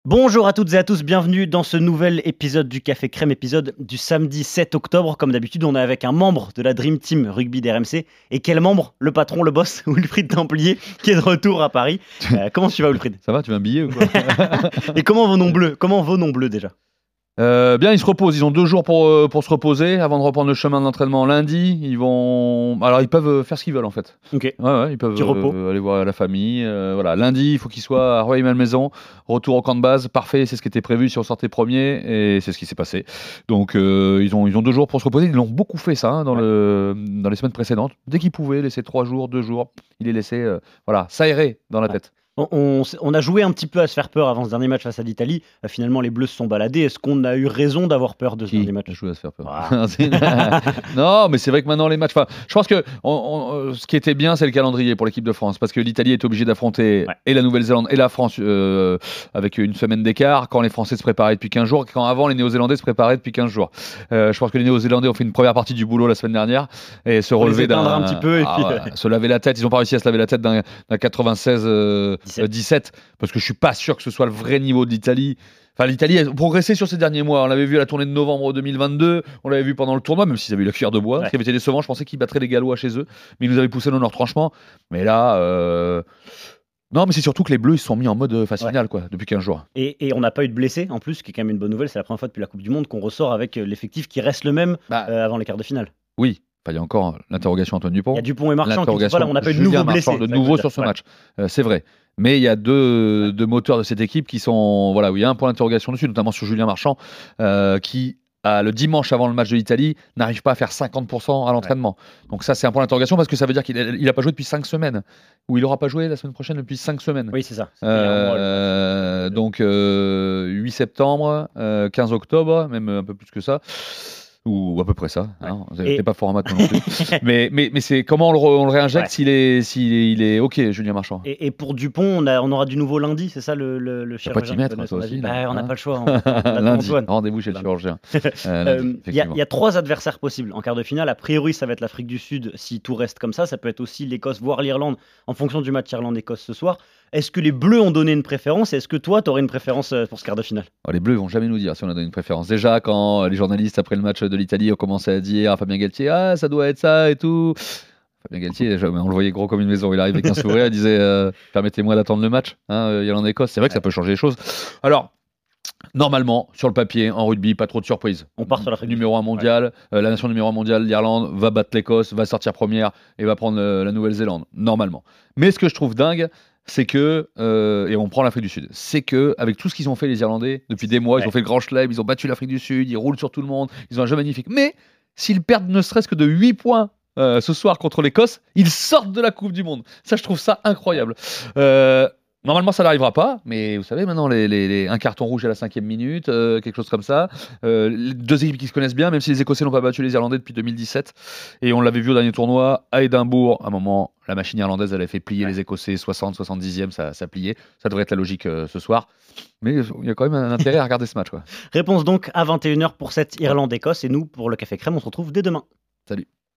Bonjour à toutes et à tous, bienvenue dans ce nouvel épisode du Café Crème, épisode du samedi 7 octobre. Comme d'habitude, on est avec un membre de la Dream Team Rugby d'RMC. Et quel membre? Le patron, le boss, Wilfried Templier, qui est de retour à Paris. Comment tu vas, Wilfried? Ça va, tu veux un billet ou quoi? Et comment vos noms bleus? Comment vos noms bleus déjà? Bien, ils se reposent. Ils ont 2 jours pour se reposer avant de reprendre le chemin de l'entraînement lundi. Alors, ils peuvent faire ce qu'ils veulent en fait. Ok. Ouais, ils peuvent Petit repos. aller voir la famille. Voilà, lundi, il faut qu'ils soient à Rueil-Malmaison. Retour au camp de base, parfait. C'est ce qui était prévu si on sortait premier et c'est ce qui s'est passé. Donc, ils ont 2 jours pour se reposer. Ils l'ont beaucoup fait ça dans les semaines précédentes. Dès qu'ils pouvaient laisser 3 jours, 2 jours, ils les laissaient s'aérer dans la tête. On a joué un petit peu à se faire peur avant ce dernier match face à l'Italie. Finalement, les Bleus se sont baladés. Est-ce qu'on a eu raison d'avoir peur de ce dernier match? Qui a joué à se faire peur? Voilà. Non, mais c'est vrai que maintenant les matchs. Je pense que ce qui était bien, c'est le calendrier pour l'équipe de France, parce que l'Italie est obligée d'affronter et la Nouvelle-Zélande et la France avec une semaine d'écart, quand les Français se préparaient depuis 15 jours, quand avant les Néo-Zélandais se préparaient depuis 15 jours. Je pense que les Néo-Zélandais ont fait une première partie du boulot la semaine dernière et se relever un petit peu et puis se laver la tête. Ils n'ont pas réussi à se laver la tête d'un 96-17, parce que je suis pas sûr que ce soit le vrai niveau de l'Italie. Enfin, l'Italie a progressé sur ces derniers mois. On l'avait vu à la tournée de novembre 2022, on l'avait vu pendant le tournoi, même s'ils avaient eu la cuillère de bois, ce qui avait été décevant. Je pensais qu'ils battraient les Gallois chez eux, mais ils nous avaient poussé dans leur retranchement. Mais là, non, mais c'est surtout que les Bleus ils se sont mis en mode phase finale depuis 15 jours. Et on n'a pas eu de blessés en plus, ce qui est quand même une bonne nouvelle. C'est la première fois depuis la Coupe du Monde qu'on ressort avec l'effectif qui reste le même avant les quarts de finale. Oui. Il y a encore l'interrogation Antoine Dupont. Il y a Dupont et Marchand qui sont pas là. On n'a pas eu de nouveaux blessés. De nouveau sur ce match. C'est vrai. Mais il y a deux moteurs de cette équipe qui sont. Voilà, où il y a un point d'interrogation dessus, notamment sur Julien Marchand, qui, le dimanche avant le match de l'Italie, n'arrive pas à faire 50% à l'entraînement. Donc, ça, c'est un point d'interrogation parce que ça veut dire qu'il n'a pas joué depuis 5 semaines. Ou il n'aura pas joué la semaine prochaine depuis 5 semaines. Oui, c'est ça. Donc, 8 septembre, 15 octobre, même un peu plus que ça. Ou à peu près ça. Hein. Vous n'êtes pas fort en maths non plus. mais c'est comment on le réinjecte s'il est OK, Julien Marchand. Et pour Dupont, on aura du nouveau lundi, c'est ça le chirurgien? Pas t'y mettre, toi aussi. On n'a pas le choix. Lundi, rendez-vous chez le chirurgien. Il y a 3 adversaires possibles en quart de finale. A priori, ça va être l'Afrique du Sud si tout reste comme ça. Ça peut être aussi l'Écosse, voire l'Irlande, en fonction du match Irlande-Écosse ce soir. Est-ce que les Bleus ont donné une préférence? Est-ce que toi, tu aurais une préférence pour ce quart de finale? Les Bleus, ils vont jamais nous dire si on a donné une préférence. Déjà, quand les journalistes, après le match de l'Italie, ont commencé à dire à Fabien Galtier, ça doit être ça et tout. Fabien Galtier, on le voyait gros comme une maison. Il arrive avec un sourire, il disait permettez-moi d'attendre le match. Irlande-Écosse, c'est vrai que ça peut changer les choses. Alors, normalement, sur le papier, en rugby, pas trop de surprises. On part sur l'Afrique numéro 1 mondial, la nation numéro 1 mondiale, l'Irlande, va battre l'Écosse, va sortir première et va prendre la Nouvelle-Zélande, normalement. Mais ce que je trouve dingue, c'est que, et on prend l'Afrique du Sud, c'est que avec tout ce qu'ils ont fait les Irlandais depuis des mois, ils ont fait le grand chelem, ils ont battu l'Afrique du Sud, ils roulent sur tout le monde, ils ont un jeu magnifique. Mais s'ils perdent ne serait-ce que de 8 points ce soir contre l'Écosse, ils sortent de la Coupe du Monde. Ça, je trouve ça incroyable. Normalement, ça n'arrivera pas, mais vous savez, maintenant, un carton rouge à la 5e minute, quelque chose comme ça. Les 2 équipes qui se connaissent bien, même si les Écossais n'ont pas battu les Irlandais depuis 2017. Et on l'avait vu au dernier tournoi à Édimbourg. À un moment, la machine irlandaise, elle avait fait plier les Écossais 60, 70e, ça pliait. Ça devrait être la logique ce soir. Mais il y a quand même un intérêt à regarder ce match. Réponse donc à 21h pour cette Irlande-Écosse. Et nous, pour le Café Crème, on se retrouve dès demain. Salut.